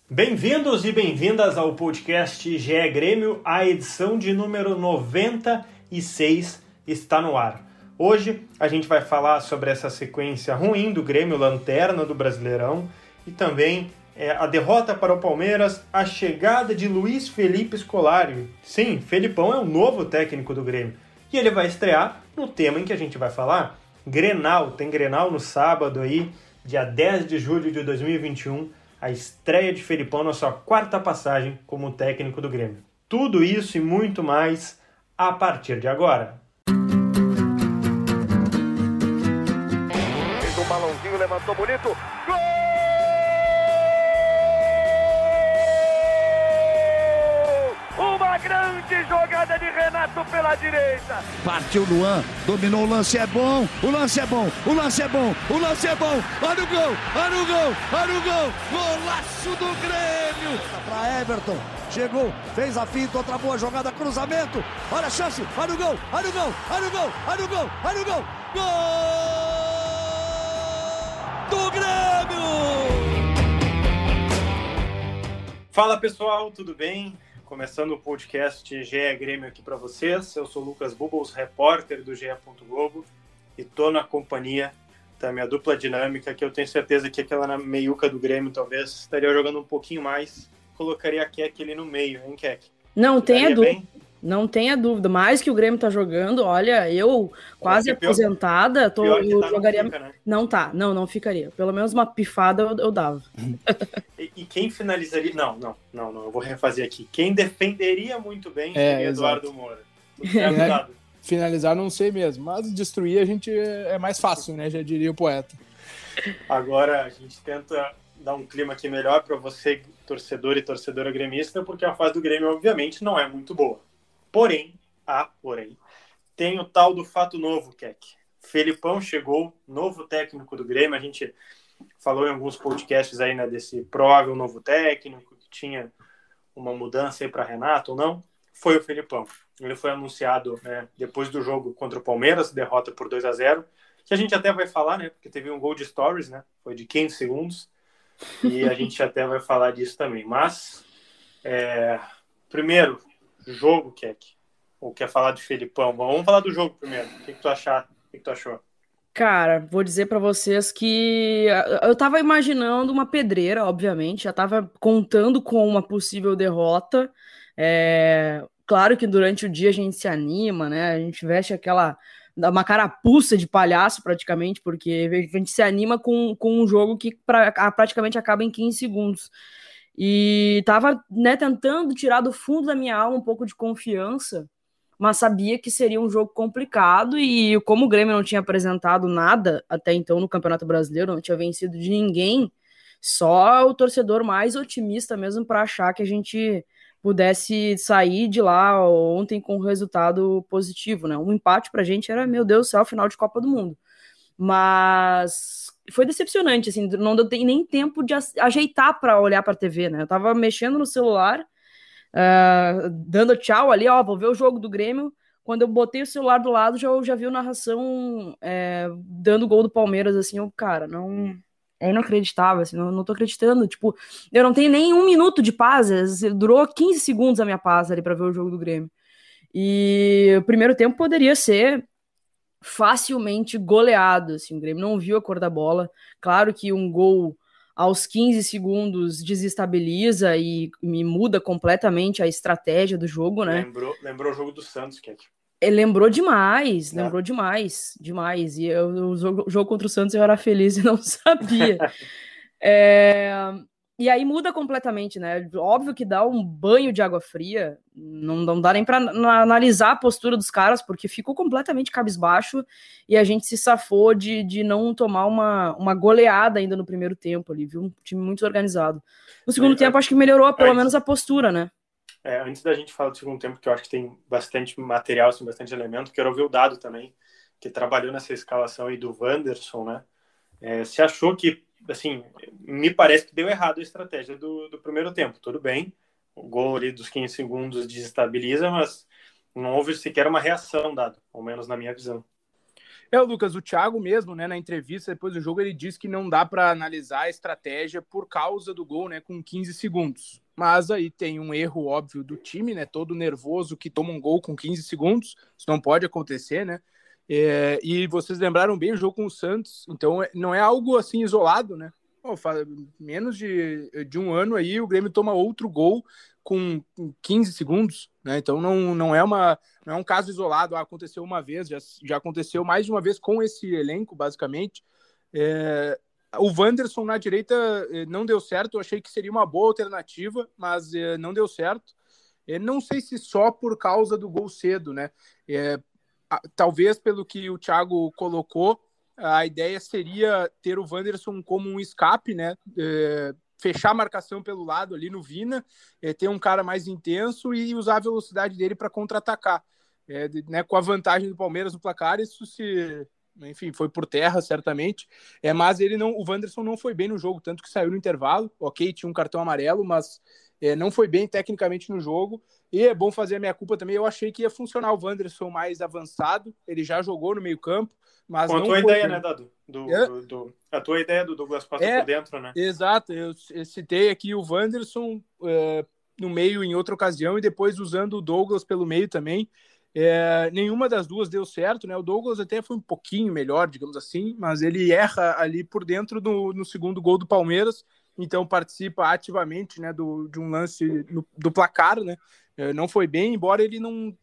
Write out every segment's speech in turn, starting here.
Bem-vindos e bem-vindas ao podcast GE Grêmio, a edição de número 96 está no ar. Hoje a gente vai falar sobre essa sequência ruim do Grêmio, lanterna do Brasileirão, e também a derrota para o Palmeiras, a chegada de Luiz Felipe Scolari. Sim, Felipão é o novo técnico do Grêmio, e ele vai estrear no tema em que a gente vai falar, Grenal. Tem Grenal no sábado aí, dia 10 de julho de 2021, a estreia de Felipão na sua quarta passagem como técnico do Grêmio. Tudo isso e muito mais a partir de agora. Fez um balãozinho, levantou bonito. Gol! Uma grande jogada de Renato pela direita. Partiu Luan, dominou o lance, é bom, o lance é bom, o lance é bom, o lance é bom. Olha o gol, olha o gol, olha o gol. Golaço do Grêmio. Para Everton, chegou, fez a finta, outra boa jogada, cruzamento. Olha a chance, olha o gol, olha o gol, olha o gol, olha o gol, olha o gol. Gol do Grêmio. Fala pessoal, tudo bem? Começando o podcast GE Grêmio aqui para vocês. Eu sou o Lucas Bubbles, repórter do GE. Globo, e tô na companhia da minha dupla dinâmica, que eu tenho certeza que aquela na meiuca do Grêmio talvez estaria jogando um pouquinho mais. Colocaria a Keck ali no meio, hein, Keck? Não tenha dúvida. Não tenha dúvida. Mais que o Grêmio tá jogando, olha, eu quase aposentada, eu jogaria. Não, fica, né? Não ficaria. Pelo menos uma pifada eu dava. E quem finalizaria? Não, eu vou refazer aqui. Quem defenderia muito bem seria Eduardo Moura. Finalizar não sei mesmo, mas destruir a gente é mais fácil, né? Já diria o poeta. Agora a gente tenta dar um clima aqui melhor para você, torcedor e torcedora gremista, porque a fase do Grêmio, obviamente, não é muito boa. Porém, tem o tal do fato novo, Keck. Felipão chegou, novo técnico do Grêmio. A gente falou em alguns podcasts aí, né, desse provável novo técnico, que tinha uma mudança aí para Renato ou não. Foi o Felipão. Ele foi anunciado, né, depois do jogo contra o Palmeiras, derrota por 2-0, que a gente até vai falar, né, porque teve um gol de stories, né, foi de 15 segundos, e a gente até vai falar disso também. Mas, primeiro, jogo, Keck, ou quer falar de Felipão? Vamos falar do jogo primeiro. O que tu achou? Cara, vou dizer pra vocês que eu tava imaginando uma pedreira, obviamente, já tava contando com uma possível derrota. Claro que durante o dia a gente se anima, né? A gente veste uma carapuça de palhaço praticamente, porque a gente se anima com um jogo que praticamente acaba em 15 segundos. E tava, né, tentando tirar do fundo da minha alma um pouco de confiança, mas sabia que seria um jogo complicado, e como o Grêmio não tinha apresentado nada até então no Campeonato Brasileiro, não tinha vencido de ninguém, só o torcedor mais otimista mesmo para achar que a gente pudesse sair de lá ontem com um resultado positivo, né? Um empate pra gente era, meu Deus do céu, final de Copa do Mundo. Mas foi decepcionante, assim, não deu nem tempo de ajeitar para olhar para a TV, né? Eu tava mexendo no celular, dando tchau ali, vou ver o jogo do Grêmio. Quando eu botei o celular do lado, já vi a narração dando gol do Palmeiras, assim, não... É inacreditável, assim, não tô acreditando. Tipo, eu não tenho nem um minuto de paz, durou 15 segundos a minha paz ali para ver o jogo do Grêmio. E o primeiro tempo poderia ser facilmente goleado, assim, o Grêmio não viu a cor da bola. Claro que um gol aos 15 segundos desestabiliza e muda completamente a estratégia do jogo, né? Lembrou o jogo do Santos, Keck. Lembrou demais. E o jogo contra o Santos eu era feliz e não sabia. E aí muda completamente, né? Óbvio que dá um banho de água fria, não dá nem para analisar a postura dos caras, porque ficou completamente cabisbaixo e a gente se safou de não tomar uma goleada ainda no primeiro tempo ali, viu? Um time muito organizado. No segundo tempo, acho que melhorou pelo menos a postura, né? Antes da gente falar do segundo tempo, que eu acho que tem bastante material, assim, bastante elemento, quero ouvir o Dado também, que trabalhou nessa escalação aí do Wanderson, né? Você achou que, assim, me parece que deu errado a estratégia do primeiro tempo, tudo bem, o gol ali dos 15 segundos desestabiliza, mas não houve sequer uma reação, Dado, ao menos na minha visão. Lucas, o Thiago mesmo, né, na entrevista depois do jogo, ele disse que não dá para analisar a estratégia por causa do gol, né, com 15 segundos. Mas aí tem um erro óbvio do time, né, todo nervoso que toma um gol com 15 segundos, isso não pode acontecer, né? E vocês lembraram bem o jogo com o Santos, então não é algo assim isolado, né? Menos de um ano aí o Grêmio toma outro gol com 15 segundos, né? Então não é um caso isolado, aconteceu uma vez, já aconteceu mais de uma vez com esse elenco, basicamente. O Wanderson na direita não deu certo, eu achei que seria uma boa alternativa, mas não deu certo. Não sei se só por causa do gol cedo, né? Talvez pelo que o Thiago colocou, a ideia seria ter o Wanderson como um escape, né? Fechar a marcação pelo lado ali no Vina, ter um cara mais intenso e usar a velocidade dele para contra-atacar. Né? Com a vantagem do Palmeiras no placar, isso enfim, foi por terra, certamente. Mas o Wanderson não foi bem no jogo, tanto que saiu no intervalo. Ok, tinha um cartão amarelo, mas não foi bem tecnicamente no jogo. E é bom fazer a minha culpa também. Eu achei que ia funcionar o Wanderson mais avançado. Ele já jogou no meio-campo, mas com a não tua foi ideia, bem. né, Dado? A tua ideia do Douglas Costa por dentro, né? Exato. Eu citei aqui o Wanderson no meio em outra ocasião e depois usando o Douglas pelo meio também. Nenhuma das duas deu certo, né? O Douglas até foi um pouquinho melhor, digamos assim, mas ele erra ali por dentro no segundo gol do Palmeiras, então participa ativamente, né, de um lance do placar, né? Não foi bem, embora ele não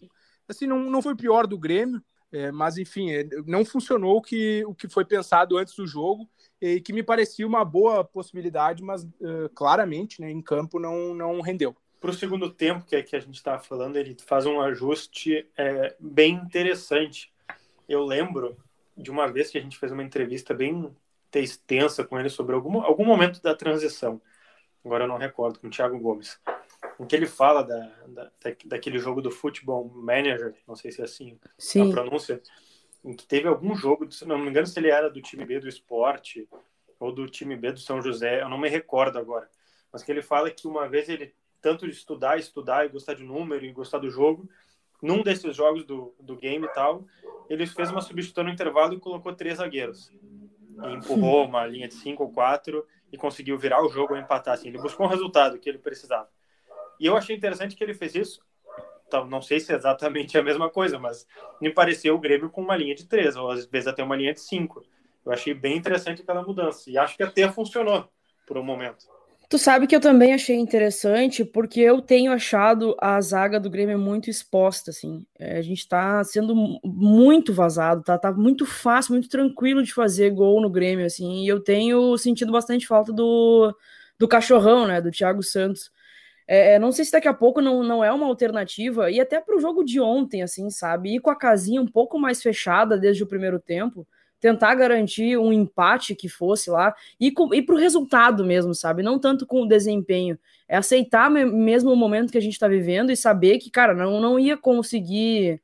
foi pior do Grêmio, mas enfim, não funcionou o que foi pensado antes do jogo e que me parecia uma boa possibilidade, mas claramente, né, em campo não rendeu. Para o segundo tempo, que é que a gente estava falando, ele faz um ajuste bem interessante. Eu lembro de uma vez que a gente fez uma entrevista bem extensa com ele sobre algum momento da transição. Agora eu não recordo, com o Thiago Gomes. Em que ele fala daquele jogo do Football Manager, não sei se é assim a pronúncia, em que teve algum jogo, não me engano se ele era do time B do Sport ou do time B do São José, eu não me recordo agora. Mas que ele fala que uma vez ele tanto de estudar e gostar de número e gostar do jogo, num desses jogos do game e tal, ele fez uma substituição no intervalo e colocou 3 zagueiros. E empurrou uma linha de 5 ou 4 e conseguiu virar o jogo ou empatar. Assim. Ele buscou um resultado que ele precisava. E eu achei interessante que ele fez isso. Então, não sei se é exatamente a mesma coisa, mas me pareceu o Grêmio com uma linha de 3, ou às vezes até uma linha de 5. Eu achei bem interessante aquela mudança. E acho que até funcionou por um momento. Tu sabe que eu também achei interessante, porque eu tenho achado a zaga do Grêmio muito exposta, assim. A gente tá sendo muito vazado, tá muito fácil, muito tranquilo de fazer gol no Grêmio, assim, e eu tenho sentido bastante falta do cachorrão, né, do Thiago Santos. Não sei se daqui a pouco não é uma alternativa, e até pro jogo de ontem, assim, sabe, ir com a casinha um pouco mais fechada desde o primeiro tempo, tentar garantir um empate que fosse lá, e pro resultado mesmo, sabe? Não tanto com o desempenho. É aceitar mesmo o momento que a gente tá vivendo e saber que, cara, não ia conseguir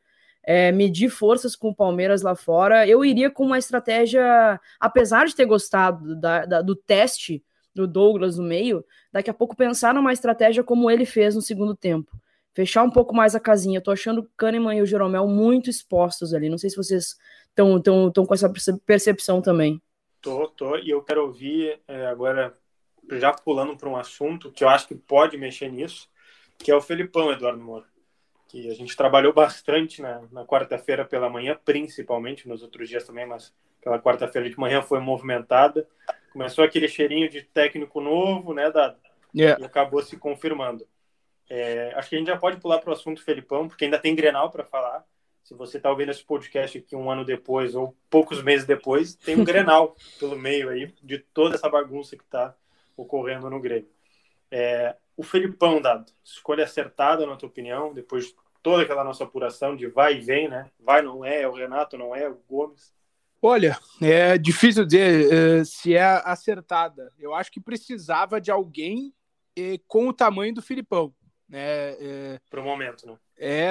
medir forças com o Palmeiras lá fora. Eu iria com uma estratégia, apesar de ter gostado do teste do Douglas no meio, daqui a pouco pensar numa estratégia como ele fez no segundo tempo. Fechar um pouco mais a casinha. Eu tô achando o Kahneman e o Jeromel muito expostos ali. Não sei se vocês estão com essa percepção também. Tô. E eu quero ouvir agora, já pulando para um assunto que eu acho que pode mexer nisso, que é o Felipão, Eduardo Moura. Que a gente trabalhou bastante na quarta-feira pela manhã, principalmente, nos outros dias também, mas aquela quarta-feira de manhã foi movimentada. Começou aquele cheirinho de técnico novo, né, Dado? Yeah. E acabou se confirmando. Acho que a gente já pode pular para o assunto Felipão, porque ainda tem Grenal para falar. Se você está ouvindo esse podcast aqui um ano depois ou poucos meses depois, tem um Grenal pelo meio aí de toda essa bagunça que está ocorrendo no Grêmio. O Felipão, Dado, escolha acertada, na tua opinião, depois de toda aquela nossa apuração de vai e vem, né? Vai, não é o Renato, não é o Gomes. Olha, é difícil dizer se é acertada. Eu acho que precisava de alguém com o tamanho do Felipão. Para o momento, né?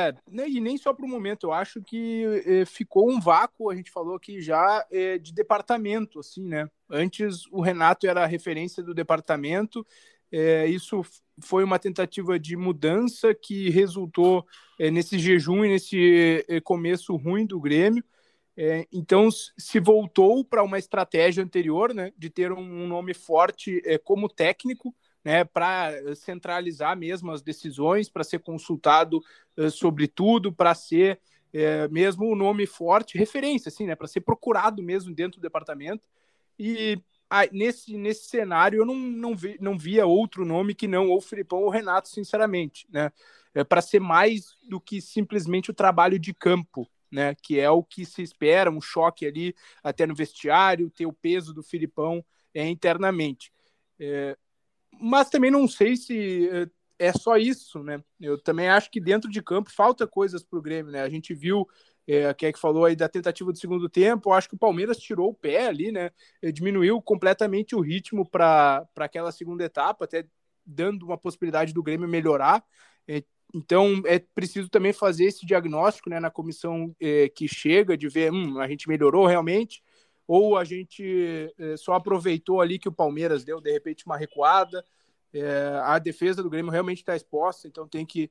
E nem só para o momento. Eu acho que ficou um vácuo, a gente falou aqui já, de departamento, assim, né? Antes o Renato era a referência do departamento. Isso foi uma tentativa de mudança que resultou nesse jejum e nesse começo ruim do Grêmio. Então, se voltou para uma estratégia anterior, né, de ter um nome forte como técnico, né, para centralizar mesmo as decisões, para ser consultado sobre tudo, para ser mesmo um nome forte, referência, assim, né, para ser procurado mesmo dentro do departamento. E nesse cenário eu não via outro nome que não ou o Filipão ou o Renato, sinceramente, né, para ser mais do que simplesmente o trabalho de campo, né, que é o que se espera, um choque ali até no vestiário, ter o peso do Filipão internamente. Mas também não sei se é só isso, né? Eu também acho que dentro de campo falta coisas para o Grêmio, né? A gente viu, quem é que falou aí da tentativa do segundo tempo, eu acho que o Palmeiras tirou o pé ali, né? Diminuiu completamente o ritmo para aquela segunda etapa, até dando uma possibilidade do Grêmio melhorar. Então, é preciso também fazer esse diagnóstico, né, na comissão que chega, de ver, a gente melhorou realmente, ou a gente só aproveitou ali que o Palmeiras deu, de repente, uma recuada. A defesa do Grêmio realmente está exposta, então tem que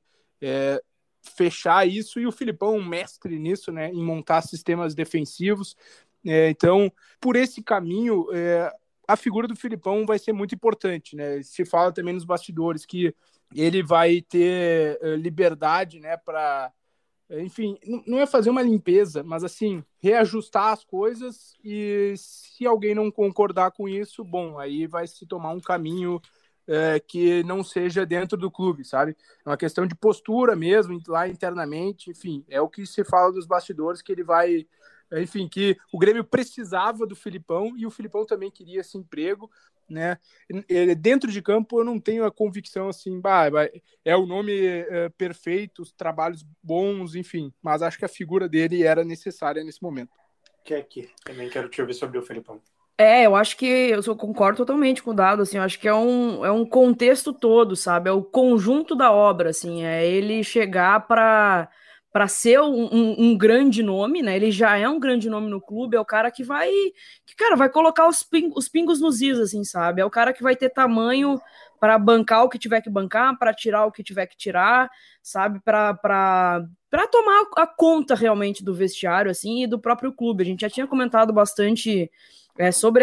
fechar isso, e o Filipão é um mestre nisso, né, em montar sistemas defensivos. Então, por esse caminho, a figura do Filipão vai ser muito importante, né? Se fala também nos bastidores que ele vai ter liberdade, né, para, enfim, não é fazer uma limpeza, mas assim, reajustar as coisas, e se alguém não concordar com isso, bom, aí vai se tomar um caminho que não seja dentro do clube, sabe? É uma questão de postura mesmo, lá internamente, enfim, é o que se fala dos bastidores, que ele vai, enfim, que o Grêmio precisava do Filipão, e o Filipão também queria esse emprego, né? Dentro de campo eu não tenho a convicção assim, é o nome perfeito, os trabalhos bons, enfim, mas acho que a figura dele era necessária nesse momento. Que aqui, também quero te ouvir sobre o Filipão. Eu acho que eu concordo totalmente com o Dado, assim, eu acho que é um contexto todo, sabe? É o conjunto da obra, assim, é ele chegar para ser um grande nome, né? Ele já é um grande nome no clube, é o cara que vai colocar os pingos nos is, assim, sabe? É o cara que vai ter tamanho para bancar o que tiver que bancar, para tirar o que tiver que tirar, sabe? Para tomar a conta realmente do vestiário, assim, e do próprio clube. A gente já tinha comentado bastante sobre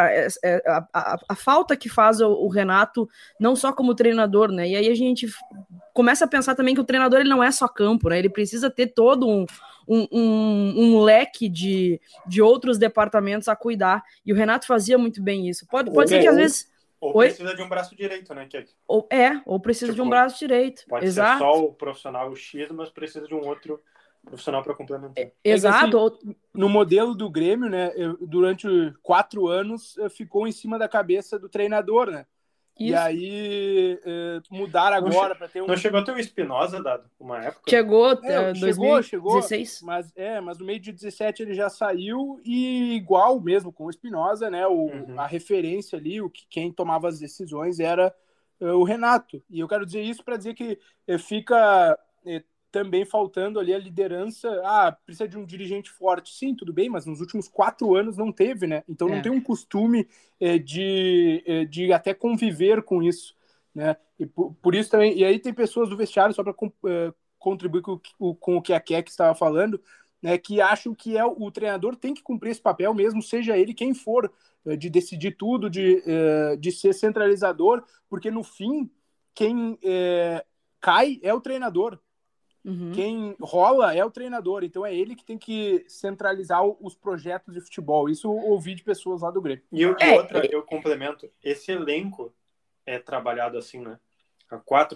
a falta que faz o Renato, não só como treinador, né? E aí a gente começa a pensar também que o treinador ele não é só campo, né? Ele precisa ter todo um leque de outros departamentos a cuidar. E o Renato fazia muito bem isso. Pode ser que às vezes... Ou precisa de um braço direito, né, Kek? Ou precisa de um braço direito. Pode Exato. ser só o profissional X, mas precisa de um outro profissional para complementar. Exato. Assim, no modelo do Grêmio, né, durante 4 anos, ficou em cima da cabeça do treinador, né? Isso. E aí mudaram agora para ter um... Não chegou a ter o Espinosa, Dado, uma época? Chegou, 2016. Mas no meio de 17 ele já saiu, e igual mesmo com o Espinosa, né? A referência ali, quem tomava as decisões era o Renato. E eu quero dizer isso para dizer que fica também faltando ali a liderança. Precisa de um dirigente forte. Sim, tudo bem, mas nos últimos 4 anos não teve, né? Então não tem um costume de até conviver com isso, né? E por isso também... E aí tem pessoas do vestiário, só para contribuir com o que a Kek estava falando, né, que acham que o treinador tem que cumprir esse papel mesmo, seja ele quem for, de decidir tudo, de ser centralizador, porque no fim, quem cai é o treinador. Quem rola é o treinador, então é ele que tem que centralizar os projetos de futebol. Isso eu ouvi de pessoas lá do Grêmio. E outra, eu complemento, esse elenco é trabalhado assim, né? Há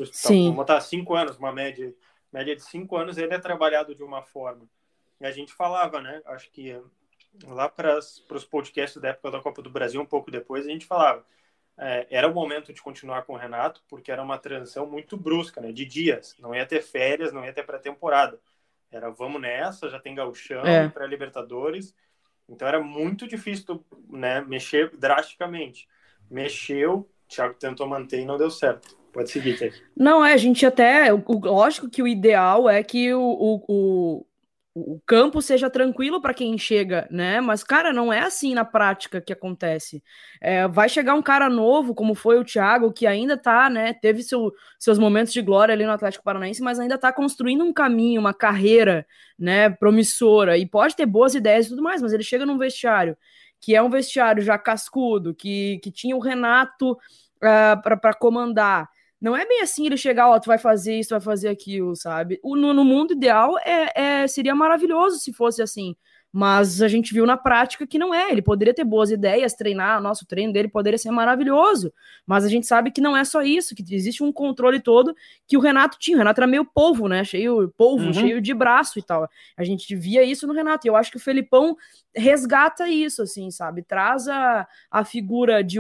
5 anos, uma média de 5 anos, ele é trabalhado de uma forma. E a gente falava, né? Acho que lá para os podcasts da época da Copa do Brasil, um pouco depois, a gente falava, era o momento de continuar com o Renato, porque era uma transição muito brusca, né? De dias. Não ia ter férias, não ia ter pré-temporada. Era vamos nessa, já tem gauchão, pré-libertadores. Então era muito difícil, né, mexer drasticamente. Mexeu, o Thiago tentou manter e não deu certo. Pode seguir, Tia. Não, a gente até... Lógico que o ideal é que o campo seja tranquilo para quem chega, né? Mas, cara, não é assim na prática que acontece. Vai chegar um cara novo, como foi o Thiago, que ainda tá, né? Teve seus momentos de glória ali no Atlético Paranaense, mas ainda tá construindo um caminho, uma carreira, né, promissora. E pode ter boas ideias e tudo mais, mas ele chega num vestiário que é um vestiário já cascudo, que tinha o Renato para comandar. Não é bem assim ele chegar, ó, tu vai fazer isso, tu vai fazer aquilo, sabe? No mundo ideal seria maravilhoso se fosse assim. Mas a gente viu na prática que não é. Ele poderia ter boas ideias, treinar, nosso treino dele poderia ser maravilhoso. Mas a gente sabe que não é só isso, que existe um controle todo que o Renato tinha. O Renato era meio polvo, né? Cheio de braço e tal. A gente via isso no Renato. E eu acho que o Felipão resgata isso, assim, sabe? Traz a figura de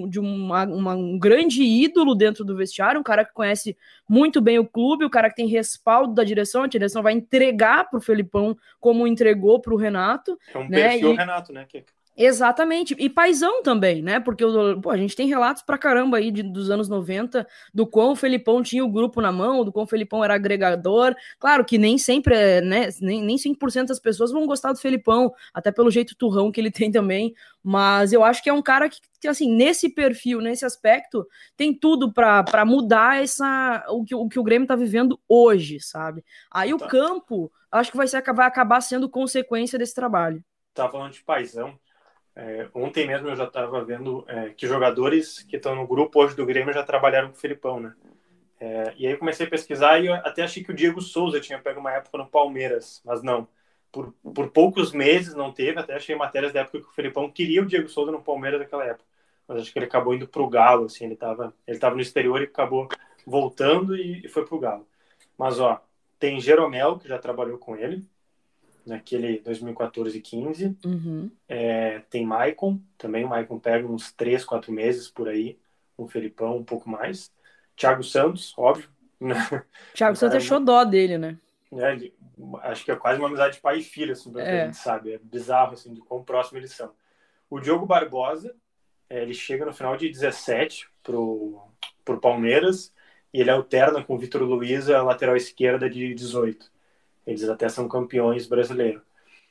um grande ídolo dentro do vestiário, um cara que conhece muito bem o clube, o cara que tem respaldo da direção, a direção vai entregar pro Felipão como entregou pro Renato. É um né? perfil Renato, né? Exatamente, e paizão também, né? Porque a gente tem relatos pra caramba aí dos anos 90, do quão o Felipão tinha o grupo na mão, do quão o Felipão era agregador. Claro que nem sempre, né? Nem 100% das pessoas vão gostar do Felipão, até pelo jeito turrão que ele tem também. Mas eu acho que é um cara que assim, nesse perfil, nesse aspecto, tem tudo pra mudar o que o Grêmio tá vivendo hoje, sabe? Aí o campo, acho que vai acabar sendo consequência desse trabalho. Tava falando de paizão. Ontem mesmo eu já estava vendo que jogadores que estão no grupo hoje do Grêmio já trabalharam com o Felipão, né? E aí eu comecei a pesquisar e eu até achei que o Diego Souza tinha pego uma época no Palmeiras, mas não. Por poucos meses não teve, até achei matérias da época que o Felipão queria o Diego Souza no Palmeiras naquela época. Mas acho que ele acabou indo pro Galo, assim, ele tava no exterior e acabou voltando e foi pro Galo. Mas, ó, tem Jeromel, que já trabalhou com ele, naquele 2014 e 15. Uhum. Tem Maicon, também o Maicon pega uns 3, 4 meses por aí, um Felipão um pouco mais. Thiago Santos, óbvio. Thiago Santos é xodó dele, né? Acho que é quase uma amizade de pai e filho, assim, pelo que a gente sabe. É bizarro, assim, de quão próximo eles são. O Diogo Barbosa, ele chega no final de 17 pro Palmeiras e ele alterna com o Vitor Luiz, a lateral esquerda de 18. Eles até são campeões brasileiros.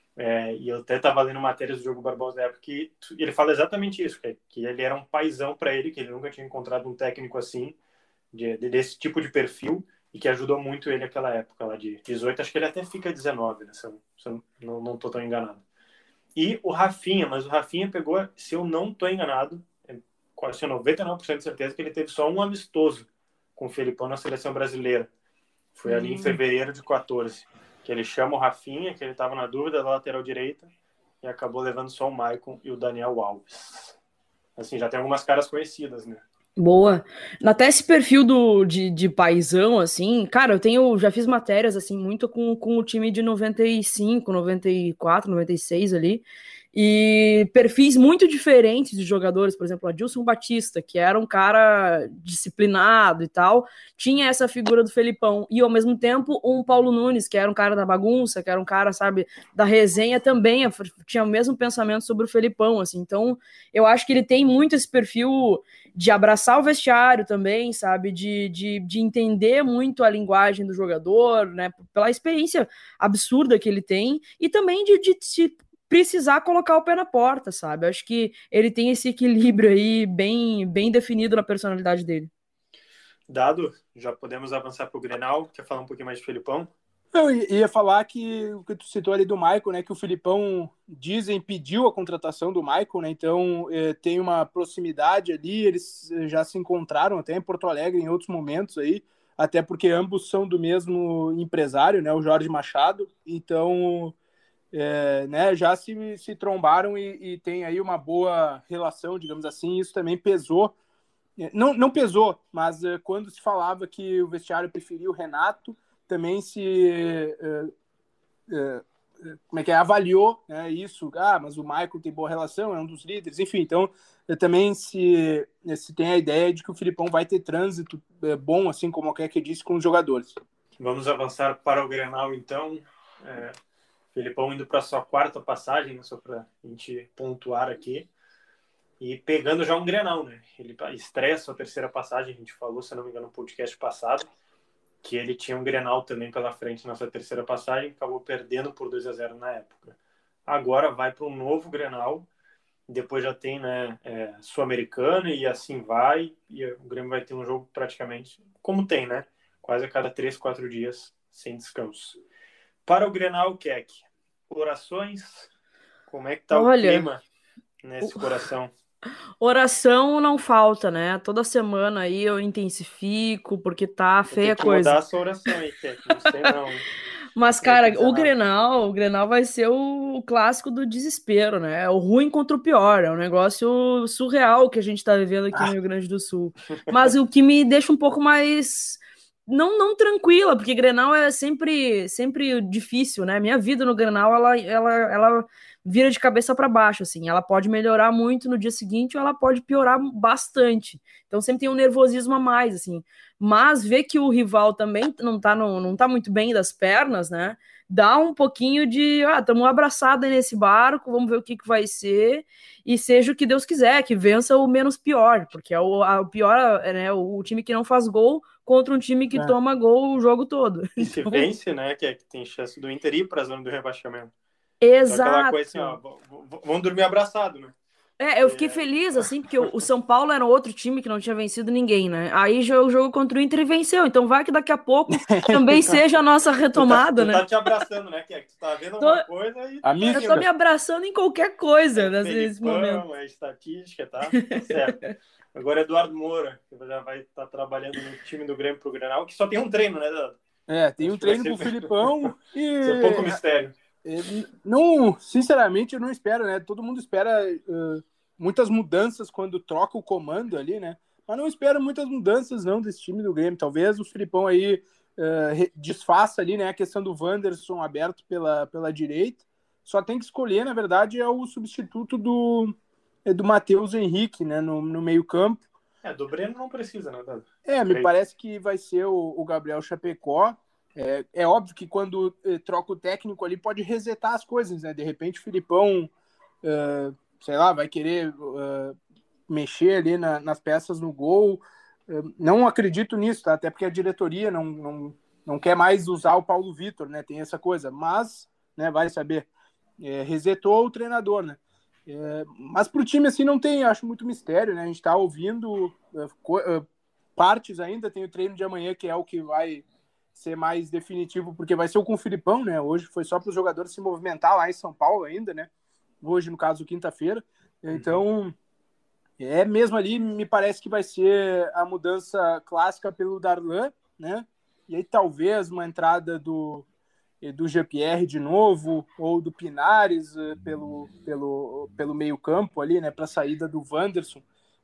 E eu até estava lendo matérias do Diogo Barbosa da época que ele fala exatamente isso, que ele era um paizão para ele, que ele nunca tinha encontrado um técnico assim, desse tipo de perfil, e que ajudou muito ele naquela época lá de 18, acho que ele até fica 19, né, se eu não estou tão enganado. E o Rafinha, mas o Rafinha pegou, se eu não estou enganado, quase 99% de certeza que ele teve só um amistoso com o Felipão na seleção brasileira. Foi ali em fevereiro de 14. Que ele chama o Rafinha, que ele estava na dúvida da lateral direita, e acabou levando só o Maicon e o Daniel Alves. Assim, já tem algumas caras conhecidas, né? Boa. Até esse perfil de paizão, assim, cara, já fiz matérias, assim, muito com o time de 95, 94, 96 ali, e perfis muito diferentes de jogadores, por exemplo, Adilson Batista, que era um cara disciplinado e tal, tinha essa figura do Felipão, e ao mesmo tempo um Paulo Nunes, que era um cara da bagunça, que era um cara, sabe, da resenha também, tinha o mesmo pensamento sobre o Felipão, assim, então eu acho que ele tem muito esse perfil de abraçar o vestiário também, sabe, de entender muito a linguagem do jogador, né, pela experiência absurda que ele tem, e também de se precisar colocar o pé na porta, sabe? Acho que ele tem esse equilíbrio aí bem definido na personalidade dele. Dado, já podemos avançar para o Grenal. Quer falar um pouquinho mais de Felipão? Eu ia falar que o que tu citou ali do Maicon, né? Que o Felipão, dizem, pediu a contratação do Maicon, né? Então tem uma proximidade ali, eles já se encontraram até em Porto Alegre em outros momentos aí, até porque ambos são do mesmo empresário, né? O Jorge Machado. Então né, já se trombaram e tem aí uma boa relação, digamos assim. Isso também pesou. Não pesou, mas quando se falava que o vestiário preferia o Renato, também avaliou, né, isso. Mas o Maicon tem boa relação, é um dos líderes, enfim. Então também se tem a ideia de que o Felipão vai ter trânsito bom, assim como o que disse, com os jogadores. Vamos avançar para o Grenal, então. Felipão indo para a sua quarta passagem, né, só para a gente pontuar aqui. E pegando já um Grenal, né? Ele estreia sua terceira passagem, a gente falou, se não me engano, no podcast passado. que ele tinha um Grenal também pela frente nessa terceira passagem, acabou perdendo por 2-0 na época. Agora vai para um novo Grenal, depois já tem, né, Sul-Americana e assim vai, e o Grêmio vai ter um jogo praticamente, como tem, né, quase a cada 3, 4 dias, sem descanso. Para o Grenal, Keck, orações, como é que tá o clima nesse coração? Oração não falta, né? Toda semana aí eu intensifico, porque tá feia a coisa. Mudar a sua oração aí, Keck, não sei não. Mas, cara, o Grenal vai ser o clássico do desespero, né? É o ruim contra o pior, é um negócio surreal que a gente tá vivendo aqui no Rio Grande do Sul. Mas o que me deixa um pouco mais... Não tranquila, porque Grenal é sempre difícil, né? Minha vida no Grenal, ela vira de cabeça para baixo, assim. Ela pode melhorar muito no dia seguinte ou ela pode piorar bastante. Então sempre tem um nervosismo a mais, assim. Mas ver que o rival também não tá muito bem das pernas, né? Dá um pouquinho de, estamos abraçados nesse barco, vamos ver o que vai ser, e seja o que Deus quiser, que vença o menos pior, porque é o pior, né? O time que não faz gol contra um time que toma gol o jogo todo. E se vence, né, que tem chance do Inter ir para a zona do rebaixamento. Exato. Então, aquela coisa assim, vão dormir abraçado, né? Eu fiquei feliz, assim, porque o São Paulo era outro time que não tinha vencido ninguém, né? Aí já o jogo contra o Inter e venceu. Então vai que daqui a pouco também seja a nossa retomada, né? Tu tá te abraçando, né? Que tu tá vendo uma coisa e... Eu tô me abraçando em qualquer coisa nesse momento. É estatística, tá? Tá certo. Agora Eduardo Moura, que já vai estar trabalhando no time do Grêmio pro Grenal, que só tem um treino, né, Dado? Tem um treino pro Filipão e... Isso é pouco mistério. Não, sinceramente, eu não espero, né? Todo mundo espera muitas mudanças quando troca o comando ali, né? Mas não espero muitas mudanças, não, desse time do Grêmio. Talvez o Filipão aí desfaça ali, né? A questão do Wanderson aberto pela direita. Só tem que escolher, na verdade, é o substituto do Matheus Henrique, né? No meio campo. Do Breno não precisa, né, Dado? Me parece que vai ser o Gabriel Chapecó. É óbvio que quando troca o técnico ali pode resetar as coisas, né? De repente o Filipão, sei lá, vai querer mexer ali nas peças no gol. Não acredito nisso, tá? Até porque a diretoria não quer mais usar o Paulo Vitor, né? Tem essa coisa, mas, né, vai saber. Resetou o treinador, né? Mas pro time assim não tem, acho muito mistério, né? A gente tá ouvindo partes ainda, tem o treino de amanhã que é o que vai ser mais definitivo, porque vai ser com o Filipão, né? Hoje foi só para os jogadores se movimentar lá em São Paulo ainda, né? Hoje, no caso, quinta-feira. Então, mesmo ali, me parece que vai ser a mudança clássica pelo Darlan, né? E aí talvez uma entrada do Jean-Pierre de novo, ou do Pinares pelo meio campo ali, né? Para a saída do Wanderson.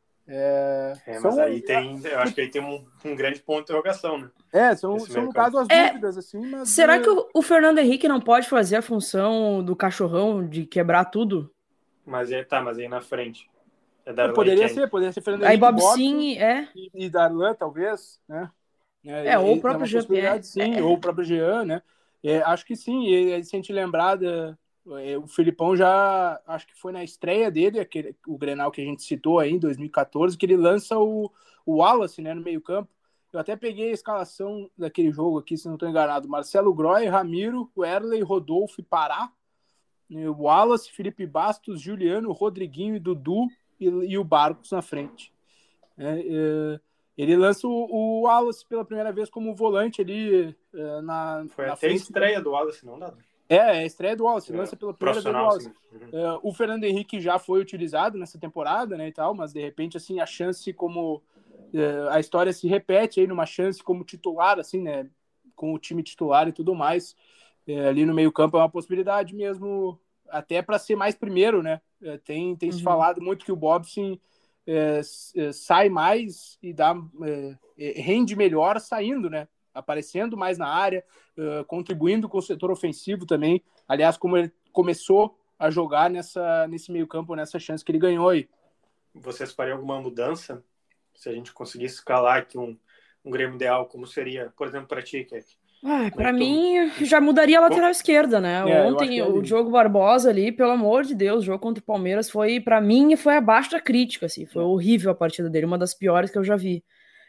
Mas aí eu acho que aí tem um grande ponto de interrogação, né? São no caso as dúvidas, assim, mas... Será que o Fernando Henrique não pode fazer a função do cachorrão de quebrar tudo? Mas aí na frente. Poderia ser Fernando Henrique, aí Bob Sim, e Darlan, talvez, né? Ou o próprio Jean-Pierre. Sim, ou o próprio Jean, né? Acho que sim, e se a gente lembrar o Filipão já, acho que foi na estreia dele, o Grenal que a gente citou aí em 2014, que ele lança o Wallace, né, no meio campo. Eu até peguei a escalação daquele jogo aqui, se não estou enganado. Marcelo Groy, Ramiro, Werley, Rodolfo e Pará. O Wallace, Felipe Bastos, Juliano, Rodriguinho e Dudu e o Barcos na frente. Ele lança o Wallace pela primeira vez como volante ali Foi na até frente. A estreia do Wallace, não dá? A estreia do Wallace, lança pela primeira vez do Wallace. O Fernando Henrique já foi utilizado nessa temporada, né, e tal, mas de repente, assim, a chance como... a história se repete aí numa chance como titular, assim, né, com o time titular e tudo mais, ali no meio campo é uma possibilidade mesmo, até para ser mais primeiro, né, tem se falado muito que o Bobson sai mais e rende melhor saindo, né, aparecendo mais na área, contribuindo com o setor ofensivo também. Aliás, como ele começou a jogar nesse meio campo, nessa chance que ele ganhou aí. Vocês fariam alguma mudança? Se a gente conseguisse escalar aqui um Grêmio ideal, como seria, por exemplo, para ti, Keck? Para mim, já mudaria a lateral esquerda, né? Ontem, o Diogo Barbosa ali, pelo amor de Deus, o jogo contra o Palmeiras para mim, foi abaixo da crítica, assim. Foi horrível a partida dele, uma das piores que eu já vi.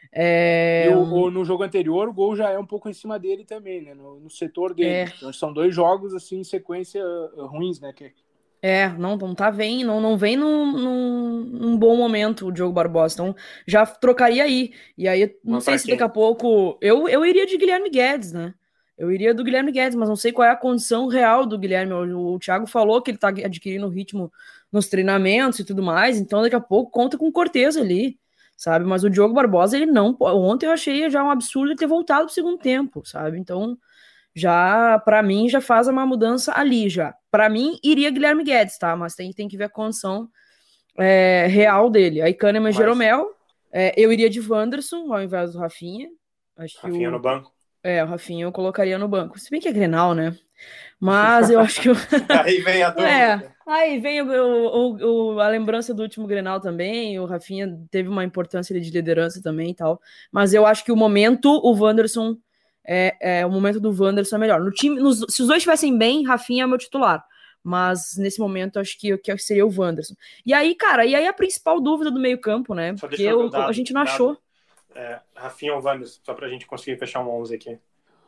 E no jogo anterior, o gol já é um pouco em cima dele também, né? No setor dele. Então, são 2 jogos, assim, em sequência ruins, né? Não tá bem, não vem num bom momento o Diogo Barbosa, então já trocaria aí. E aí, não sei se daqui a pouco. Eu iria de Guilherme Guedes, né? Eu iria do Guilherme Guedes, mas não sei qual é a condição real do Guilherme. O Thiago falou que ele tá adquirindo ritmo nos treinamentos e tudo mais, então daqui a pouco conta com o Cortez ali, sabe? Mas o Diogo Barbosa, ele não. Ontem eu achei já um absurdo ele ter voltado pro segundo tempo, sabe? Então. Já, para mim, já faz uma mudança ali, já. Para mim, iria Guilherme Guedes, tá? Mas tem que ver a condição real dele. Aí, Kahneman e Jeromel, eu iria de Wanderson ao invés do Rafinha. Acho que Rafinha no banco? O Rafinha eu colocaria no banco. Se bem que é Grenal, né? Mas eu acho que... Aí vem a dúvida. Aí vem a lembrança do último Grenal também. O Rafinha teve uma importância de liderança também e tal. Mas eu acho que o momento, o Wanderson... o momento do Wanderson é melhor. No time, se os dois estivessem bem, Rafinha é meu titular. Mas nesse momento acho que seria o Wanderson. E aí, cara, a principal dúvida do meio-campo, né? Porque a gente não achou. Rafinha ou Wanderson, só pra gente conseguir fechar um 11 aqui.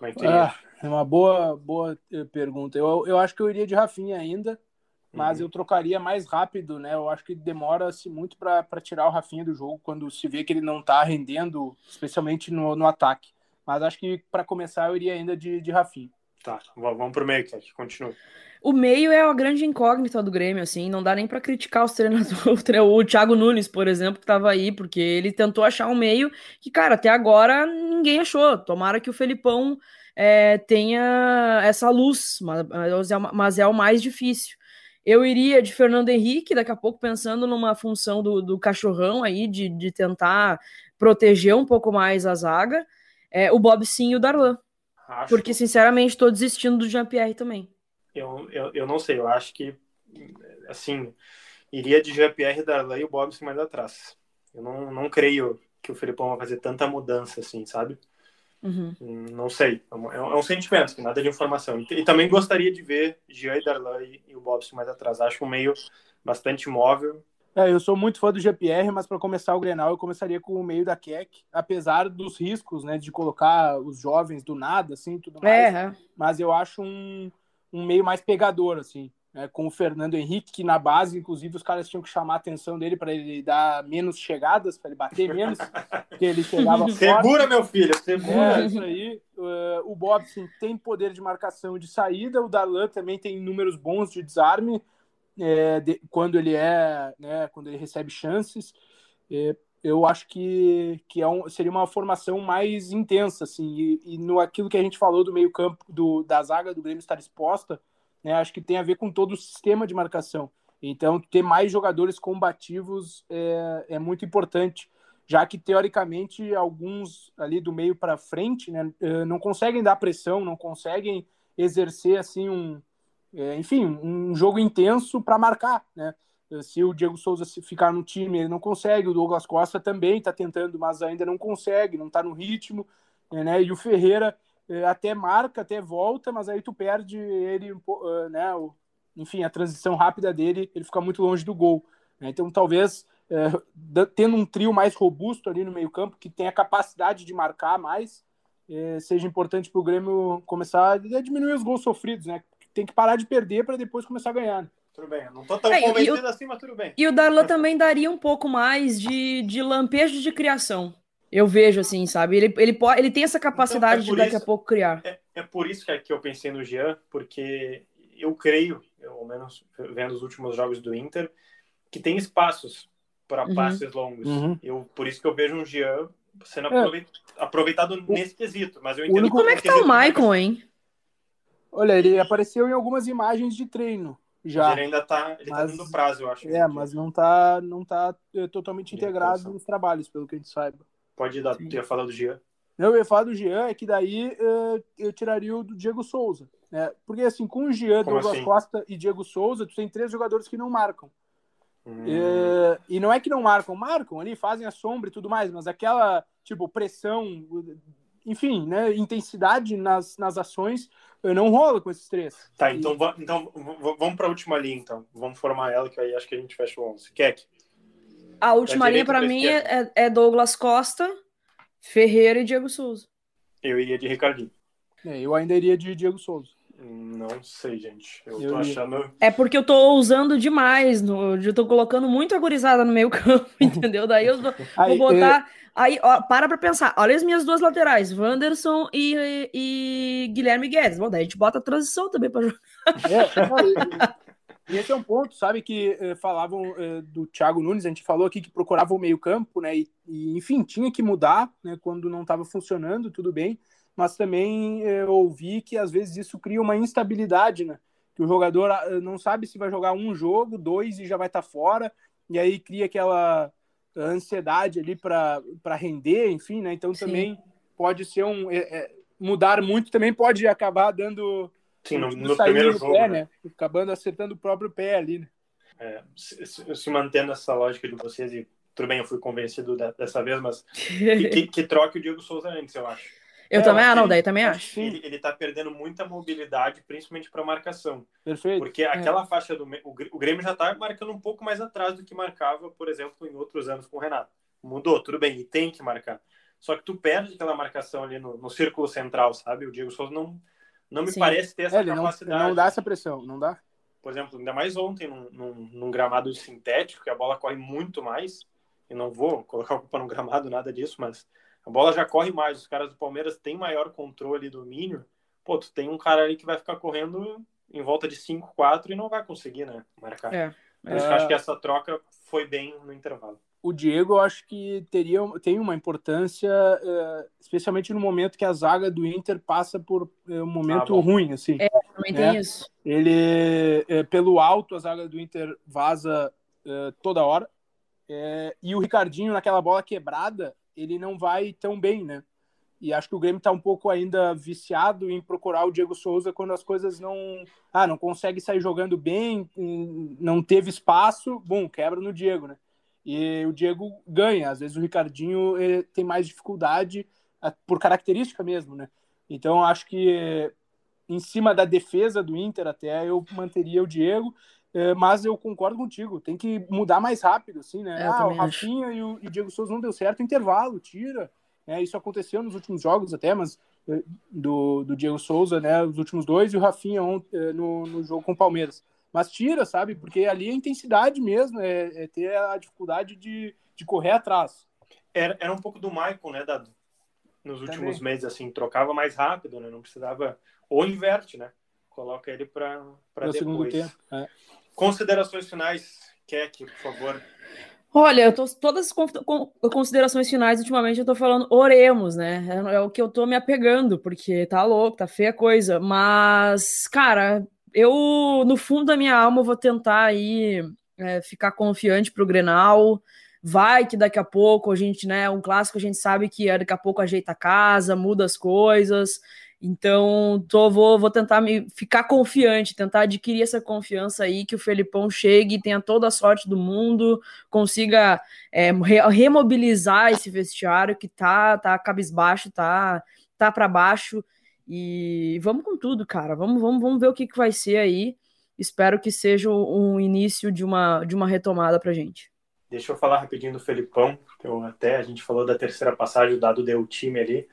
É uma boa pergunta. Eu acho que eu iria de Rafinha ainda, mas eu trocaria mais rápido, né? Eu acho que demora-se muito para tirar o Rafinha do jogo quando se vê que ele não tá rendendo, especialmente no ataque. Mas acho que para começar eu iria ainda de Rafinha. Tá, vamos pro meio, que continua. O meio é a grande incógnita do Grêmio, assim, não dá nem para criticar os treinadores. O Thiago Nunes, por exemplo, que tava aí, porque ele tentou achar um meio que, cara, até agora ninguém achou. Tomara que o Felipão tenha essa luz, mas é o mais difícil. Eu iria de Fernando Henrique, daqui a pouco pensando numa função do cachorrão aí, de tentar proteger um pouco mais a zaga. O Bob Sim e o Darlan. Porque, sinceramente, estou desistindo do Jean-Pierre também. Eu não sei, eu acho que, assim, iria de Jean-Pierre, Darlan e o Bob Sim mais atrás. Eu não creio que o Felipão vai fazer tanta mudança assim, sabe? Uhum. Não sei. É um sentimento, que nada de informação. E também gostaria de ver Jean e Darlan e o Bob Sim mais atrás. Acho um meio bastante móvel. Eu sou muito fã do GPR, mas para começar o Grenal eu começaria com o meio da Keck, apesar dos riscos, né, de colocar os jovens do nada, assim, tudo mais. Mas eu acho um meio mais pegador, assim, né, com o Fernando Henrique, que na base, inclusive, os caras tinham que chamar a atenção dele para ele dar menos chegadas, para ele bater menos, porque ele chegava forte. Segura, meu filho, segura. Isso aí. O Bob tem poder de marcação e de saída, o Darlan também tem números bons de desarme, quando ele quando ele recebe chances. Eu acho que seria uma formação mais intensa, assim, e no aquilo que a gente falou do meio campo, da zaga do Grêmio estar exposta, né, acho que tem a ver com todo o sistema de marcação. Então, ter mais jogadores combativos é muito importante, já que, teoricamente, alguns ali do meio para frente, né, não conseguem dar pressão, não conseguem exercer, assim, um jogo intenso para marcar, né? Se o Diego Souza ficar no time, ele não consegue. O Douglas Costa também está tentando, mas ainda não consegue, não está no ritmo, né? E o Ferreira até marca, até volta, mas aí tu perde ele, né? Enfim, a transição rápida dele, ele fica muito longe do gol, né? Então, talvez, tendo um trio mais robusto ali no meio-campo, que tenha capacidade de marcar mais, seja importante para o Grêmio começar a diminuir os gols sofridos, né? Tem que parar de perder para depois começar a ganhar, né? Tudo bem, eu não tô tão convencido assim, mas tudo bem. E o Darlan também daria um pouco mais de lampejo de criação. Eu vejo assim, sabe? Ele tem essa capacidade de daqui a pouco criar. É por isso que eu pensei no Jean, porque eu creio, ao menos vendo os últimos jogos do Inter, que tem espaços para passes longos. Por isso que eu vejo um Jean sendo aproveitado nesse quesito. Mas eu entendo. E como é que tá o Maicon, hein? Olha, ele apareceu em algumas imagens de treino. Já. Ele ainda tá dando prazo, eu acho. Mas não tá totalmente integrado nos trabalhos, pelo que a gente saiba. Pode dar, tu ia falar do Jean? Não, eu ia falar do Jean, é que daí eu tiraria o do Diego Souza, né? Porque assim, com o Jean, Douglas Costa e Diego Souza, tu tem 3 jogadores que não marcam. E não é que não marcam ali, fazem a sombra e tudo mais, mas aquela, tipo, pressão, enfim, né, intensidade nas ações não rola com esses 3. Tá, então vamos para a última linha, então. Vamos formar ela, que aí acho que a gente fecha o 11. Keck. A última linha, para mim, é Douglas Costa, Ferreira e Diego Souza. Eu iria de Ricardinho. Eu ainda iria de Diego Souza. Não sei, gente. Eu tô achando... É porque eu tô usando demais. Eu tô colocando muito agorizada no meio campo, entendeu? Daí eu vou botar... Aí, ó, para pensar. Olha as minhas duas laterais. Wanderson e Guilherme Guedes. Bom, daí a gente bota a transição também pra jogar. E esse é um ponto, sabe, que falavam do Thiago Nunes, a gente falou aqui que procurava o meio campo, né, e enfim, tinha que mudar, né, quando não estava funcionando, tudo bem, mas também ouvi que às vezes isso cria uma instabilidade, né, que o jogador não sabe se vai jogar um jogo, 2 e já vai estar fora, e aí cria aquela ansiedade ali para render, enfim, né, então também pode ser mudar muito, também pode acabar dando... Sim, no primeiro jogo, pé, né? Acabando acertando o próprio pé ali, né? Se mantendo essa lógica de vocês, e tudo bem, eu fui convencido dessa vez, mas que troque o Diego Souza antes, eu acho. Eu também, daí também acho. Ele tá perdendo muita mobilidade, principalmente para marcação. Perfeito. Porque aquela faixa do o Grêmio já tá marcando um pouco mais atrás do que marcava, por exemplo, em outros anos com o Renato. Mudou, tudo bem, e tem que marcar. Só que tu perde aquela marcação ali no círculo central, sabe? O Diego Souza não me parece ter essa capacidade. Não dá essa pressão, não dá. Por exemplo, ainda mais ontem, num gramado sintético, que a bola corre muito mais, e não vou colocar a culpa no gramado, nada disso, mas a bola já corre mais, os caras do Palmeiras têm maior controle e domínio. Pô, tu tem um cara ali que vai ficar correndo em volta de 5-4 e não vai conseguir, né, marcar. Eu acho que essa troca foi bem no intervalo. O Diego, eu acho que tem uma importância, especialmente no momento que a zaga do Inter passa por um momento ruim, assim. Também tem isso. Ele, pelo alto, a zaga do Inter vaza toda hora. E o Ricardinho, naquela bola quebrada, ele não vai tão bem, né? E acho que o Grêmio está um pouco ainda viciado em procurar o Diego Souza quando as coisas não consegue sair jogando bem, não teve espaço, quebra no Diego, né? E o Diego ganha. Às vezes o Ricardinho tem mais dificuldade por característica mesmo, né? Então acho que em cima da defesa do Inter até eu manteria o Diego, mas eu concordo contigo, tem que mudar mais rápido, assim, né? O Rafinha e o Diego Souza não deu certo, intervalo, tira. Isso aconteceu nos últimos jogos até, mas do Diego Souza, né? Os últimos 2 e o Rafinha no jogo com o Palmeiras. Mas tira, sabe? Porque ali é intensidade mesmo, é ter a dificuldade de correr atrás. Era um pouco do Maicon, né, Dado? Nos últimos meses, assim, trocava mais rápido, né? Não precisava... Ou inverte, né? Coloca ele para depois. Segundo tempo. Considerações finais, Keck, por favor. Olha, todas as considerações finais, ultimamente, eu tô falando oremos, né? É o que eu tô me apegando, porque tá louco, tá feia a coisa. Mas, cara... Eu, no fundo da minha alma, vou tentar aí ficar confiante pro Grenal. Vai que daqui a pouco a gente, né, um clássico a gente sabe que daqui a pouco ajeita a casa, muda as coisas. Então, vou tentar ficar confiante, tentar adquirir essa confiança aí, que o Felipão chegue, tenha toda a sorte do mundo, consiga remobilizar esse vestiário que tá cabisbaixo, tá para baixo. E vamos com tudo, cara. Vamos ver o que vai ser aí. Espero que seja um início de uma retomada pra gente. Deixa eu falar rapidinho do Felipão, que a gente falou da terceira passagem, o Dado deu o time ali.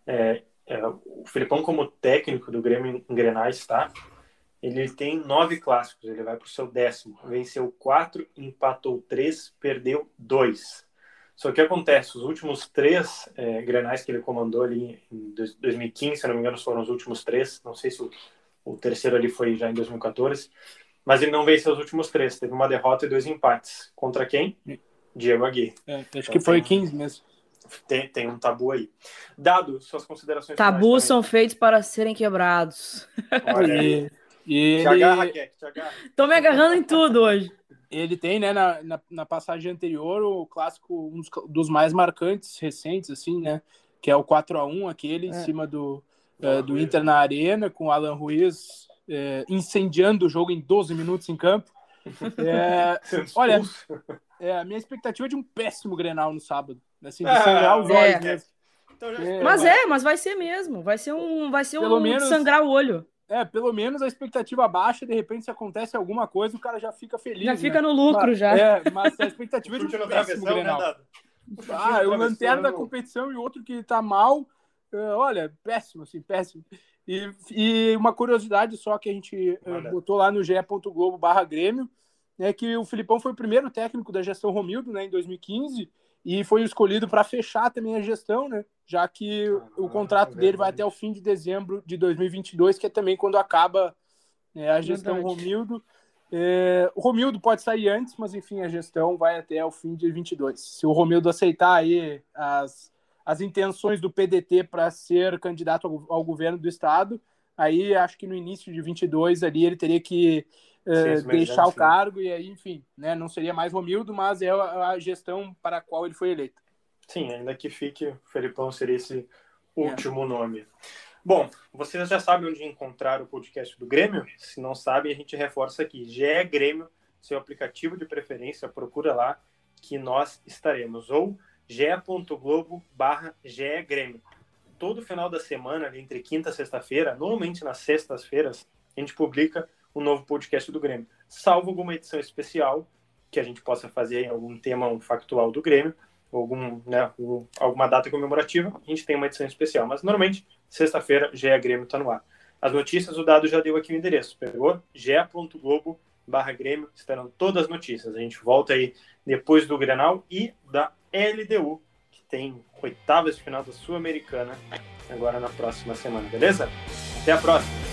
O Felipão, como técnico do Grêmio em Grenais, tá? Ele tem 9 clássicos, ele vai pro seu 10º. Venceu 4, empatou 3, perdeu 2. Só que acontece, os últimos 3 Grenais que ele comandou ali em 2015, se não me engano, foram os últimos 3. Não sei se o terceiro ali foi já em 2014. Mas ele não venceu os últimos 3. Teve uma derrota e 2 empates. Contra quem? Diego Aguirre. Acho que foi 15 mesmo. Tem um tabu aí. Dado, suas considerações Tabus são feitos para serem quebrados. Olha aí. Te agarra, Keck, te agarra. Tô me agarrando em tudo hoje. Ele tem, né, na passagem anterior, o clássico, um dos mais marcantes, recentes, assim, né, que é o 4-1, aquele em cima do Inter na Arena, com o Alan Ruiz incendiando o jogo em 12 minutos em campo. Olha, a minha expectativa é de um péssimo Grenal no sábado, assim, de sangrar os olhos mesmo. Mas vai ser mesmo, vai ser Pelo menos, sangrar o olho. Pelo menos a expectativa baixa, de repente, se acontece alguma coisa, o cara já fica feliz. Já fica no lucro, já. Mas a expectativa é de um péssimo Grenal. O lanterna da competição e outro que tá mal. Olha, péssimo, assim, péssimo. E uma curiosidade só que a gente botou lá no ge.globo/Grêmio, né, que o Filipão foi o primeiro técnico da gestão Romildo, né, em 2015, e foi escolhido para fechar também a gestão, né, já que o contrato dele vai até o fim de dezembro de 2022, que é também quando acaba a gestão Romildo. O Romildo pode sair antes, mas enfim, a gestão vai até o fim de 2022. Se o Romildo aceitar aí as intenções do PDT para ser candidato ao governo do estado, aí acho que no início de 22 ali ele teria que deixar o cargo e aí, enfim, né, não seria mais Romildo, mas é a gestão para a qual ele foi eleito. Sim, ainda que fique, o Felipão seria esse último nome. Bom, vocês já sabem onde encontrar o podcast do Grêmio? Se não sabem, a gente reforça aqui. GE Grêmio, seu aplicativo de preferência, procura lá que nós estaremos. Ou ge.globo/GE Grêmio. Todo final da semana, entre quinta e sexta-feira, normalmente nas sextas-feiras, a gente publica um novo podcast do Grêmio. Salvo alguma edição especial que a gente possa fazer em algum tema factual do Grêmio, alguma data comemorativa, a gente tem uma edição especial. Mas normalmente, sexta-feira, GE Grêmio está no ar. As notícias, o Dado já deu aqui o endereço. Pegou? ge.globo/Grêmio, estarão todas as notícias. A gente volta aí depois do Grenal e da LDU, que tem oitavas de final da Sul-Americana agora na próxima semana, beleza? Até a próxima!